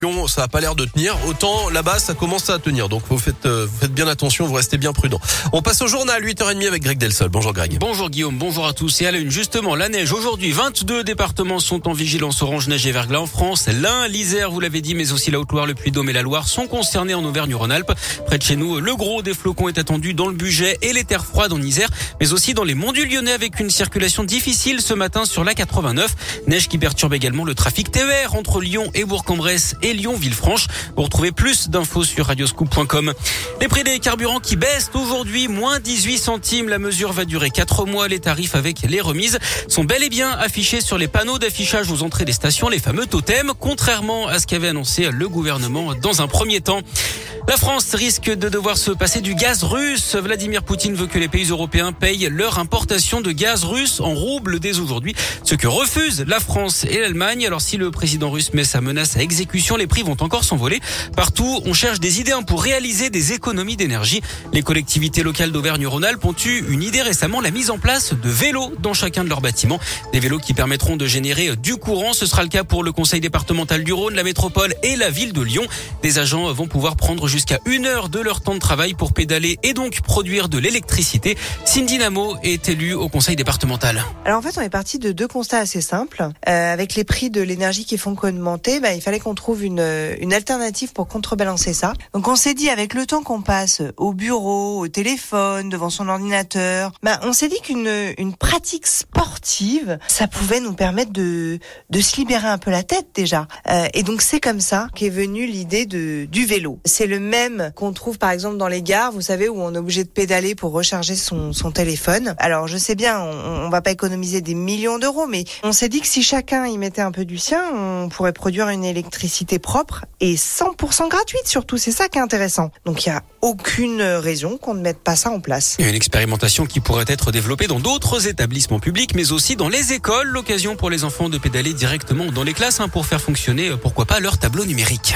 Ça a pas l'air de tenir. Autant là-bas, ça commence à tenir. Donc vous faites bien attention, vous restez bien prudent. On passe au journal 8h30 avec Greg Delsol. Bonjour Greg. Bonjour Guillaume, bonjour à tous. Et à la une, justement, la neige. Aujourd'hui, 22 départements sont en vigilance orange neige et verglas en France. L'Ain, l'Isère, vous l'avez dit, mais aussi la Haute-Loire, le Puy-de-Dôme et la Loire sont concernés en Auvergne-Rhône-Alpes. Près de chez nous, le gros des flocons est attendu dans le Bugey et les terres froides en Isère, mais aussi dans les monts du Lyonnais avec une circulation difficile ce matin sur la 89. Neige qui perturbe également le trafic TER entre Lyon et Bourg-en-Bresse et Lyon-Villefranche. Vous retrouvez plus d'infos sur radioscoop.com. Les prix des carburants qui baissent aujourd'hui, moins 18 centimes. La mesure va durer 4 mois. Les tarifs avec les remises sont bel et bien affichés sur les panneaux d'affichage aux entrées des stations, les fameux totems, contrairement à ce qu'avait annoncé le gouvernement dans un premier temps. La France risque de devoir se passer du gaz russe. Vladimir Poutine veut que les pays européens payent leur importation de gaz russe en roubles dès aujourd'hui, ce que refusent la France et l'Allemagne. Alors si le président russe met sa menace à exécution, les prix vont encore s'envoler. Partout, on cherche des idées pour réaliser des économies d'énergie. Les collectivités locales d'Auvergne-Rhône-Alpes ont eu une idée récemment, la mise en place de vélos dans chacun de leurs bâtiments. Des vélos qui permettront de générer du courant. Ce sera le cas pour le conseil départemental du Rhône, la métropole et la ville de Lyon. Des agents vont pouvoir prendre jusqu'à 1 heure de leur temps de travail pour pédaler et donc produire de l'électricité. Cindy Namo est élue au conseil départemental. Alors en fait, on est parti de 2 constats assez simples. Avec les prix de l'énergie qui font qu'augmenter, il fallait qu'on trouve une alternative pour contrebalancer ça. Donc on s'est dit, avec le temps qu'on passe au bureau, au téléphone, devant son ordinateur, on s'est dit qu'une pratique sportive, ça pouvait nous permettre de se libérer un peu la tête déjà. Et donc c'est comme ça qu'est venue l'idée du vélo. C'est le même qu'on trouve par exemple dans les gares, vous savez, où on est obligé de pédaler pour recharger son téléphone. Alors je sais bien, on va pas économiser des millions d'euros, mais on s'est dit que si chacun y mettait un peu du sien, on pourrait produire une électricité propre et 100% gratuite surtout, c'est ça qui est intéressant. Donc il y a aucune raison qu'on ne mette pas ça en place. Il y a une expérimentation qui pourrait être développée dans d'autres établissements publics, mais aussi dans les écoles. L'occasion pour les enfants de pédaler directement dans les classes pour faire fonctionner, pourquoi pas, leur tableau numérique.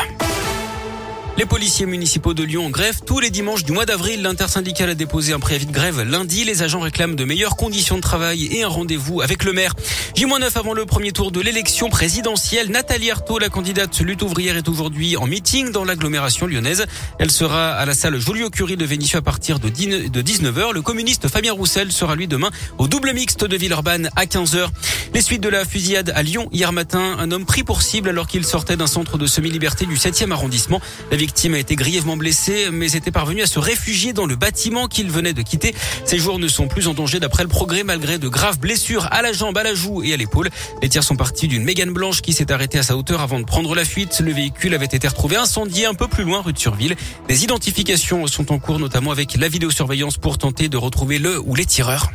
Les policiers municipaux de Lyon en grève tous les dimanches du mois d'avril. L'intersyndicale a déposé un préavis de grève lundi. Les agents réclament de meilleures conditions de travail et un rendez-vous avec le maire. J-9 avant le premier tour de l'élection présidentielle. Nathalie Arthaud, la candidate lutte ouvrière, est aujourd'hui en meeting dans l'agglomération lyonnaise. Elle sera à la salle Joliot-Curie de Vénissieux à partir de 19h. Le communiste Fabien Roussel sera lui demain au double mixte de Villeurbanne à 15h. Les suites de la fusillade à Lyon hier matin. Un homme pris pour cible alors qu'il sortait d'un centre de semi-liberté du 7e arrondissement. La victime a été grièvement blessée, mais était parvenu à se réfugier dans le bâtiment qu'il venait de quitter. Ses jours ne sont plus en danger d'après le Progrès, malgré de graves blessures à la jambe, à la joue et à l'épaule. Les tirs sont partis d'une Mégane blanche qui s'est arrêtée à sa hauteur avant de prendre la fuite. Le véhicule avait été retrouvé incendié un peu plus loin, rue de Surville. Des identifications sont en cours, notamment avec la vidéosurveillance pour tenter de retrouver le ou les tireurs.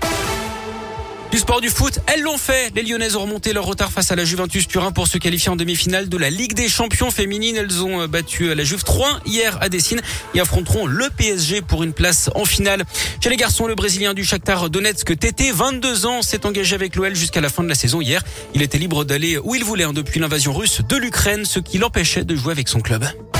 Du sport, du foot, elles l'ont fait. Les Lyonnaises ont remonté leur retard face à la Juventus Turin pour se qualifier en demi-finale de la Ligue des Champions féminines. Elles ont battu la Juve 3 hier à Dessine et affronteront le PSG pour une place en finale. Chez les garçons, le Brésilien du Shakhtar Donetsk, Tété, 22 ans, s'est engagé avec l'OL jusqu'à la fin de la saison hier. Il était libre d'aller où il voulait depuis l'invasion russe de l'Ukraine, ce qui l'empêchait de jouer avec son club.